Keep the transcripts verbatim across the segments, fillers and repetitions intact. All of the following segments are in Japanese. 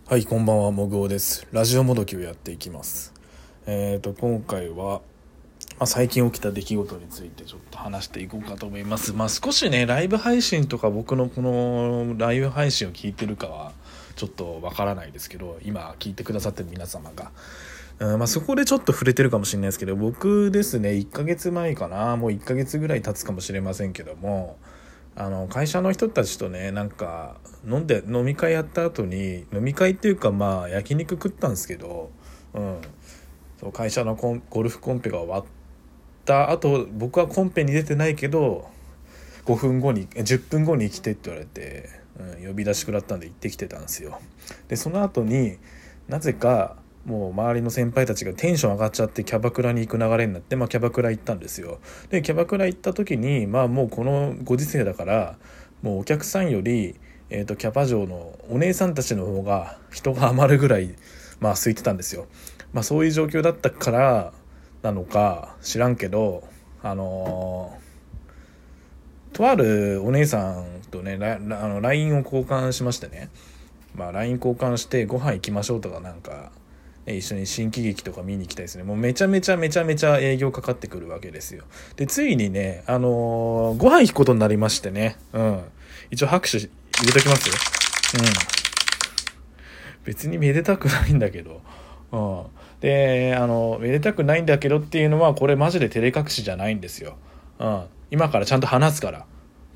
はい、こんばんは、もぐおです。ラジオもどきをやっていきます。えーと、今回は、まあ、最近起きた出来事についてちょっと話していこうかと思います。まあ、少しね、ライブ配信とか僕のこのライブ配信を聞いてるかはちょっとわからないですけど、今聞いてくださってる皆様が。うん、まあ、そこでちょっと触れてるかもしれないですけど、僕ですね、いっかげつまえかな、もういっかげつぐらい経つかもしれませんけども、あの会社の人たちとねなんか飲んで飲み会やった後に飲み会っていうかまあ焼肉食ったんですけど、うん、そう会社のコンゴルフコンペが終わった後僕はコンペに出てないけどごふんごにじゅっぷんごに来てって言われて、うん、呼び出し食らったんで行ってきてたんですよ。でその後になぜかもう周りの先輩たちがテンション上がっちゃってキャバクラに行く流れになって、まあ、キャバクラ行ったんですよ。でキャバクラ行った時にまあもうこのご時世だからもうお客さんより、えーと、キャバ嬢のお姉さんたちの方が人が余るぐらいまあ空いてたんですよ。まあそういう状況だったからなのか知らんけどあのー、とあるお姉さんとねラあの ライン を交換しましてね、まあ ライン 交換してご飯行きましょうとかなんか一緒に新喜劇とか見に行きたいですね。もうめちゃめちゃめちゃめちゃ営業かかってくるわけですよ。でついにねあのー、ご飯行くことになりましてね、うん一応拍手入れときますよ。うん別にめでたくないんだけど、うんであのめでたくないんだけどっていうのはこれマジで照れ隠しじゃないんですよ。うん今からちゃんと話すから。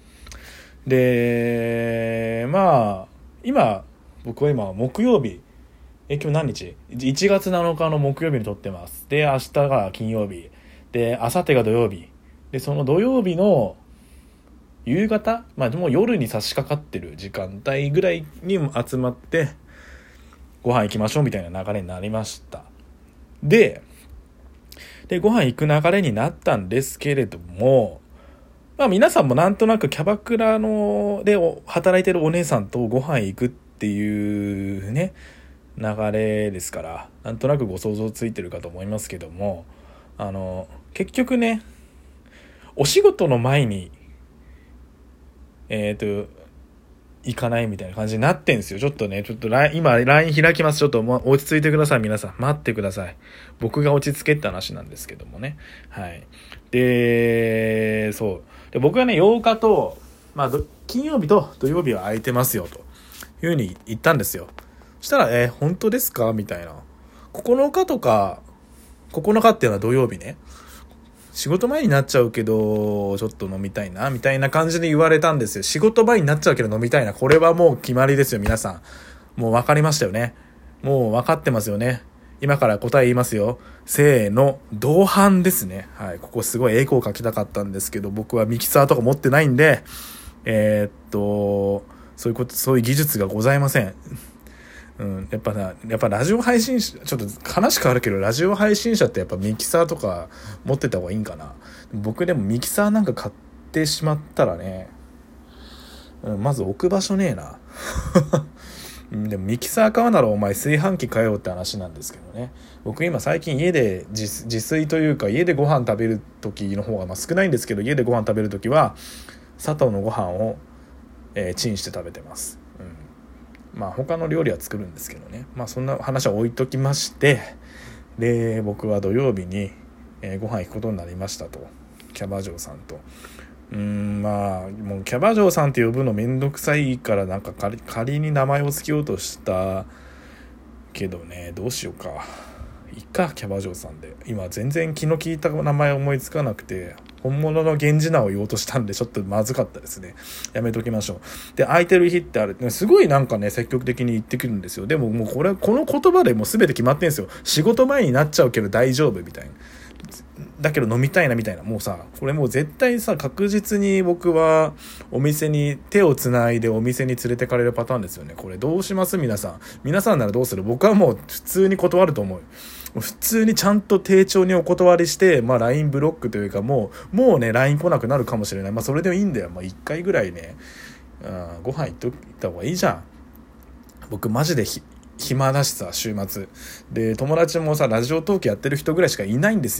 でまあ今僕は今木曜日、え今日何日 ?いち 月なのかの木曜日に撮ってます。で明日が金曜日で明後日が土曜日で、その土曜日の夕方、まあでも夜に差し掛かってる時間帯ぐらいに集まってご飯行きましょうみたいな流れになりました。ででご飯行く流れになったんですけれども、まあ皆さんもなんとなくキャバクラので働いてるお姉さんとご飯行くっていうね流れですから、なんとなくご想像ついてるかと思いますけども、あの結局ねお仕事の前にえっ、ー、と行かないみたいな感じになってんですよ。ちょっとねちょっと今 ライン 開きます。ちょっともう落ち着いてください。皆さん待ってください。僕が落ち着けって話なんですけどもね。はいでそうで僕はねようかと、まあ、金曜日と土曜日は空いてますよというふうに言ったんですよ。そしたらえー、本当ですかみたいな。ここのかとかここのかっていうのは土曜日ね、仕事前になっちゃうけどちょっと飲みたいなみたいな感じで言われたんですよ。仕事前になっちゃうけど飲みたいな、これはもう決まりですよ。皆さんもう分かりましたよね。もう分かってますよね。今から答え言いますよ。せーの、同伴ですね。はい、ここすごいエコー書きたかったんですけど僕はミキサーとか持ってないんでえー、っとそういうことそういう技術がございません。うん、やっぱな、やっぱラジオ配信者、ちょっと話変わるけど、ラジオ配信者ってやっぱミキサーとか持ってた方がいいんかな。僕でもミキサーなんか買ってしまったらね、うん、まず置く場所ねえな。でもミキサー買うならお前炊飯器買えよって話なんですけどね。僕今最近家で 自, 自炊というか家でご飯食べる時の方がまあ少ないんですけど、家でご飯食べる時は砂糖のご飯を、えー、チンして食べてます。まあ他の料理は作るんですけどね。まあそんな話は置いときまして、で僕は土曜日に、えー、ご飯行くことになりましたと、キャバ嬢さんと。うーんまあもうキャバ嬢さんって呼ぶのめんどくさいからなんか 仮, 仮に名前を付けようとしたけどね、どうしようか。いっかキャバ嬢さんで。今全然気の利いた名前思いつかなくて本物の源氏名を言おうとしたんでちょっとまずかったですね。やめときましょう。で空いてる日ってある、ね、すごいなんかね積極的に言ってくるんですよ。でももうこれこの言葉でもう全て決まってんですよ。仕事前になっちゃうけど大丈夫みたいな、だけど飲みたいなみたいな。もうさこれもう絶対さ確実に僕はお店に手をつないでお店に連れてかれるパターンですよね。これどうします皆さん。皆さんならどうする。僕はもう普通に断ると思う。普通にちゃんと丁重にお断りして、まあ ライン ブロックというかもうもうね ライン 来なくなるかもしれない。まあそれでもいいんだよ。まあいっかいぐらいね、うん、ご飯行っといた方がいいじゃん。僕マジでひ暇だしさ週末で友達もさラジオトークやってる人ぐらいしかいないんですよ。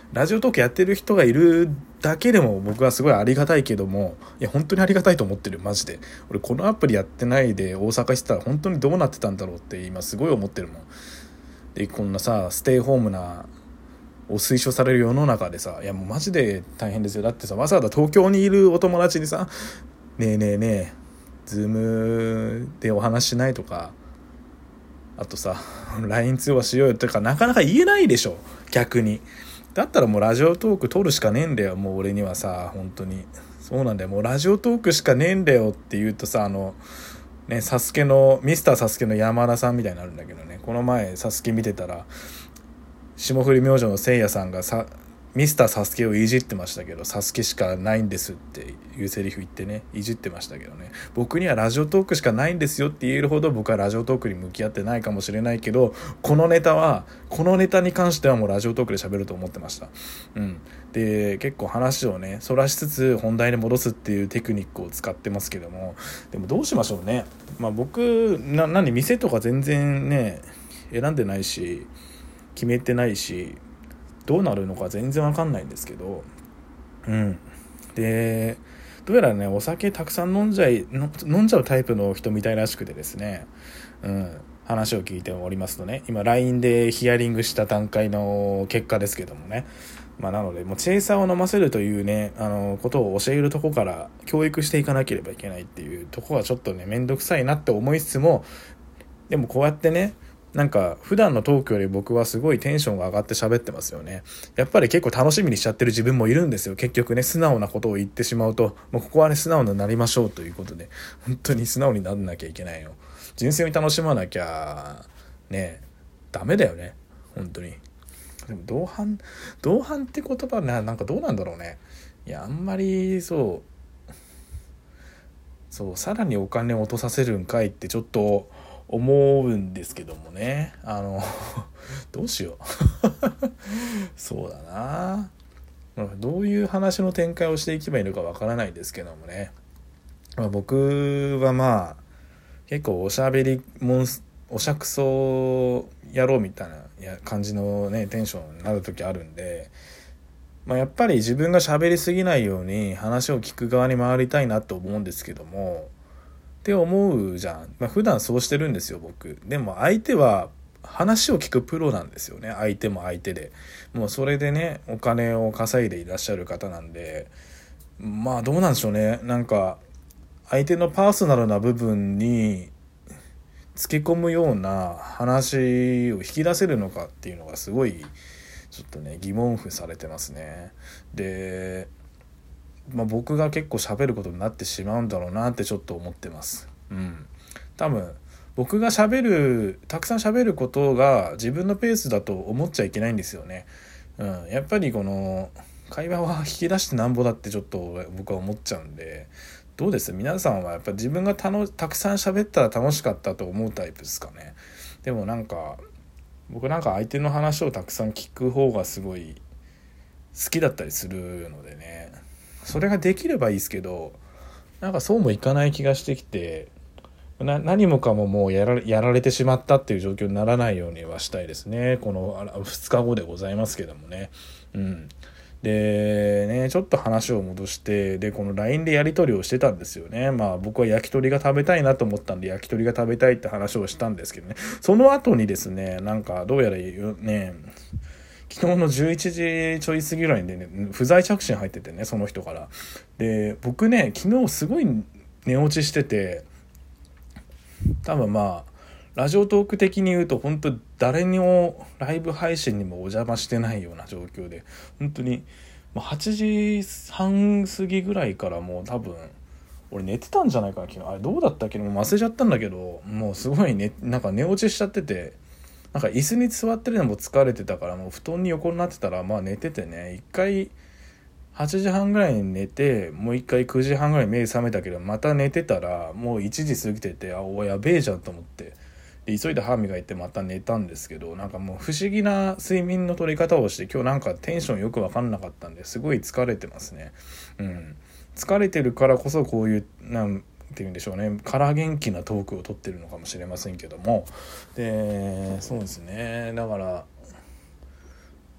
ラジオトークやってる人がいるだけでも僕はすごいありがたいけども、いや本当にありがたいと思ってるマジで。俺このアプリやってないで大阪してたら本当にどうなってたんだろうって今すごい思ってるもん。でこんなさステイホームなを推奨される世の中でさ、いやもうマジで大変ですよ。だってさ、わざわざ東京にいるお友達にさ、ねえねえねえズームでお話しないとか、あとさ ライン 通話しようよとかなかなか言えないでしょ逆に。だったらもうラジオトーク撮るしかねえんだよ。もう俺にはさ、本当にそうなんだよ。もうラジオトークしかねえんだよって言うとさ、あのねサスケのミスターサスケの山田さんみたいになるんだけどね、この前サスケ見てたら霜降り明星のせいやさんがさミスターサスケをいじってましたけど、サスケしかないんですっていうセリフ言ってね、いじってましたけどね、僕にはラジオトークしかないんですよって言えるほど僕はラジオトークに向き合ってないかもしれないけど、このネタはこのネタに関してはもうラジオトークで喋ると思ってました。うんで結構話をねそらしつつ本題に戻すっていうテクニックを使ってますけども、でもどうしましょうね。まあ僕な何店とか全然ね選んでないし決めてないしどうなるのか全然わかんないんですけど、うんでどうやらねお酒たくさん飲んじゃい飲んじゃうタイプの人みたいらしくてですね、うん話を聞いておりますとね、今 ライン でヒアリングした段階の結果ですけどもね、まあなのでもうチェイサーを飲ませるというねあのことを教えるとこから教育していかなければいけないっていうとこはちょっとねめんどくさいなって思いつつも、でもこうやってねなんか普段のトークより僕はすごいテンションが上がって喋ってますよね。やっぱり結構楽しみにしちゃってる自分もいるんですよ。結局ね素直なことを言ってしまうと、もうここはね素直になりましょうということで、本当に素直にならなきゃいけないよ。人生を楽しまなきゃねダメだよね本当に。でも同伴同伴って言葉ねなんかどうなんだろうね。いやあんまりそうそうさらにお金を落とさせるんかいってちょっと思うんですけどもね、あのどうしようそうだな、どういう話の展開をしていけばいいのかわからないですけどもね、まあ、僕はまあ結構おしゃべりモンスおしゃくそ野郎みたいな感じのねテンションになる時あるんで、まあ、やっぱり自分が喋りすぎないように話を聞く側に回りたいなと思うんですけどもって思うじゃん、まあ、普段そうしてるんですよ僕。でも相手は話を聞くプロなんですよね。相手も相手でもうそれでねお金を稼いでいらっしゃる方なんで、まあどうなんでしょうね。なんか相手のパーソナルな部分につけ込むような話を引き出せるのかっていうのがすごいちょっとね疑問符されてますね。でまあ、僕が結構喋ることになってしまうんだろうなってちょっと思ってます。うん。多分僕が喋るたくさん喋ることが自分のペースだと思っちゃいけないんですよね。うん。やっぱりこの会話は引き出してなんぼだってちょっと僕は思っちゃうんで、どうです皆さんはやっぱ自分がたのたくさん喋ったら楽しかったと思うタイプですかね。でもなんか僕なんか相手の話をたくさん聞く方がすごい好きだったりするのでね、それができればいいですけど、なんかそうもいかない気がしてきて、な何もかももうやられ、やられてしまったっていう状況にならないようにはしたいですね。このふつかごでございますけどもね。うん。でね、ちょっと話を戻して、でこの ライン でやり取りをしてたんですよね。まあ僕は焼き鳥が食べたいなと思ったんで焼き鳥が食べたいって話をしたんですけどね、その後にですねなんかどうやらね昨日のじゅういちじちょい過ぎぐらいにね不在着信入っててね、その人から。で僕ね昨日すごい寝落ちしてて、多分まあラジオトーク的に言うと本当誰にもライブ配信にもお邪魔してないような状況で、本当にはちじはん過ぎぐらいからもう多分俺寝てたんじゃないかな昨日。あれどうだったっけ、もう忘れちゃったんだけど、もうすごいねなんか寝落ちしちゃってて、なんか椅子に座ってるのも疲れてたからもう布団に横になってたらまあ寝ててね、一回はちじはんぐらいに寝てもう一回くじはんぐらい目覚めたけどまた寝てたらもういちじ過ぎてて、あおやべえじゃんと思ってで急いで歯磨いてまた寝たんですけど、なんかもう不思議な睡眠の取り方をして今日なんかテンションよく分かんなかったんですごい疲れてますね。うん疲れてるからこそこういうなんっていうんでしょうね、空元気なトークを取ってるのかもしれませんけども、でそうですねだから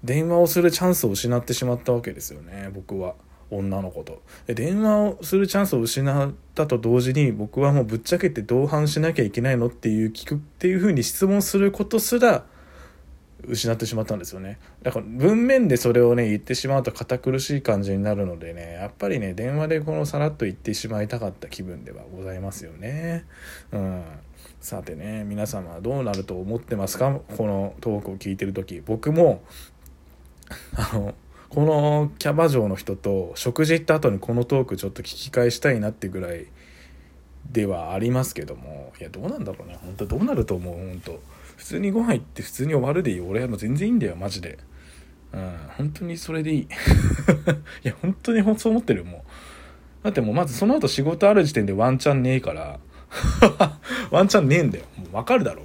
電話をするチャンスを失ってしまったわけですよね、僕は。女の子とで電話をするチャンスを失ったと同時に、僕はもうぶっちゃけて同伴しなきゃいけないのっていう聞くっていう風に質問することすら失ってしまったんですよね。だから文面でそれをね言ってしまうと堅苦しい感じになるのでね、やっぱりね電話でこのさらっと言ってしまいたかった気分ではございますよね。うん。さてね、皆様はどうなると思ってますか、このトークを聞いてる時。僕もあのこのキャバ嬢の人と食事行った後にこのトークちょっと聞き返したいなってぐらいではありますけども、いやどうなんだろうね、本当どうなると思う。本当普通にご飯行って普通に終わるでいい。俺はもう全然いいんだよマジで。うん、本当にそれでいいいや本当にそう思ってる。もうだってもうまずその後仕事ある時点でワンチャンねえからワンチャンねえんだよ。もう分かるだろ、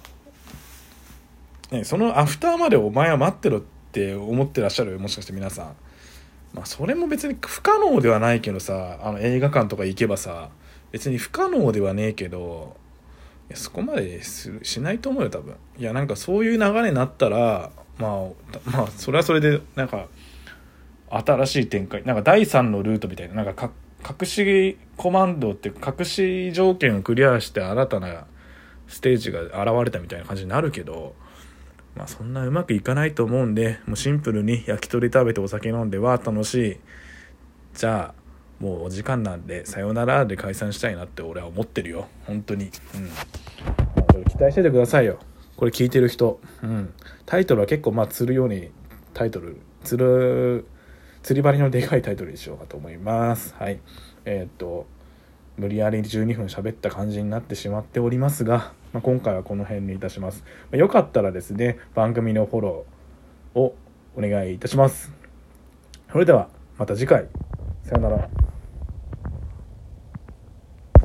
ね、そのアフターまでお前は待ってろって思ってらっしゃる、もしかして皆さん。まあそれも別に不可能ではないけどさ、あの映画館とか行けばさ別に不可能ではねえけど、いやそこまでするしないと思うよ多分。いやなんかそういう流れになったらまあまあそれはそれでなんか新しい展開、なんかだいさんのルートみたいな、なんか隠しコマンドって隠し条件をクリアして新たなステージが現れたみたいな感じになるけど、まあそんなうまくいかないと思うんで、もうシンプルに焼き鳥食べてお酒飲んでは楽しい、じゃあもうお時間なんでさよならで解散したいなって俺は思ってるよ本当に。うん、これ期待しててくださいよ、これ聞いてる人。うん、タイトルは結構まあ釣るようにタイトル釣る釣り針のでかいタイトルにしようかと思います。はい、えー、っと無理やりじゅうにふん喋った感じになってしまっておりますが、まあ、今回はこの辺にいたします。まあ、よかったらですね番組のフォローをお願いいたします。それではまた次回、さよなら。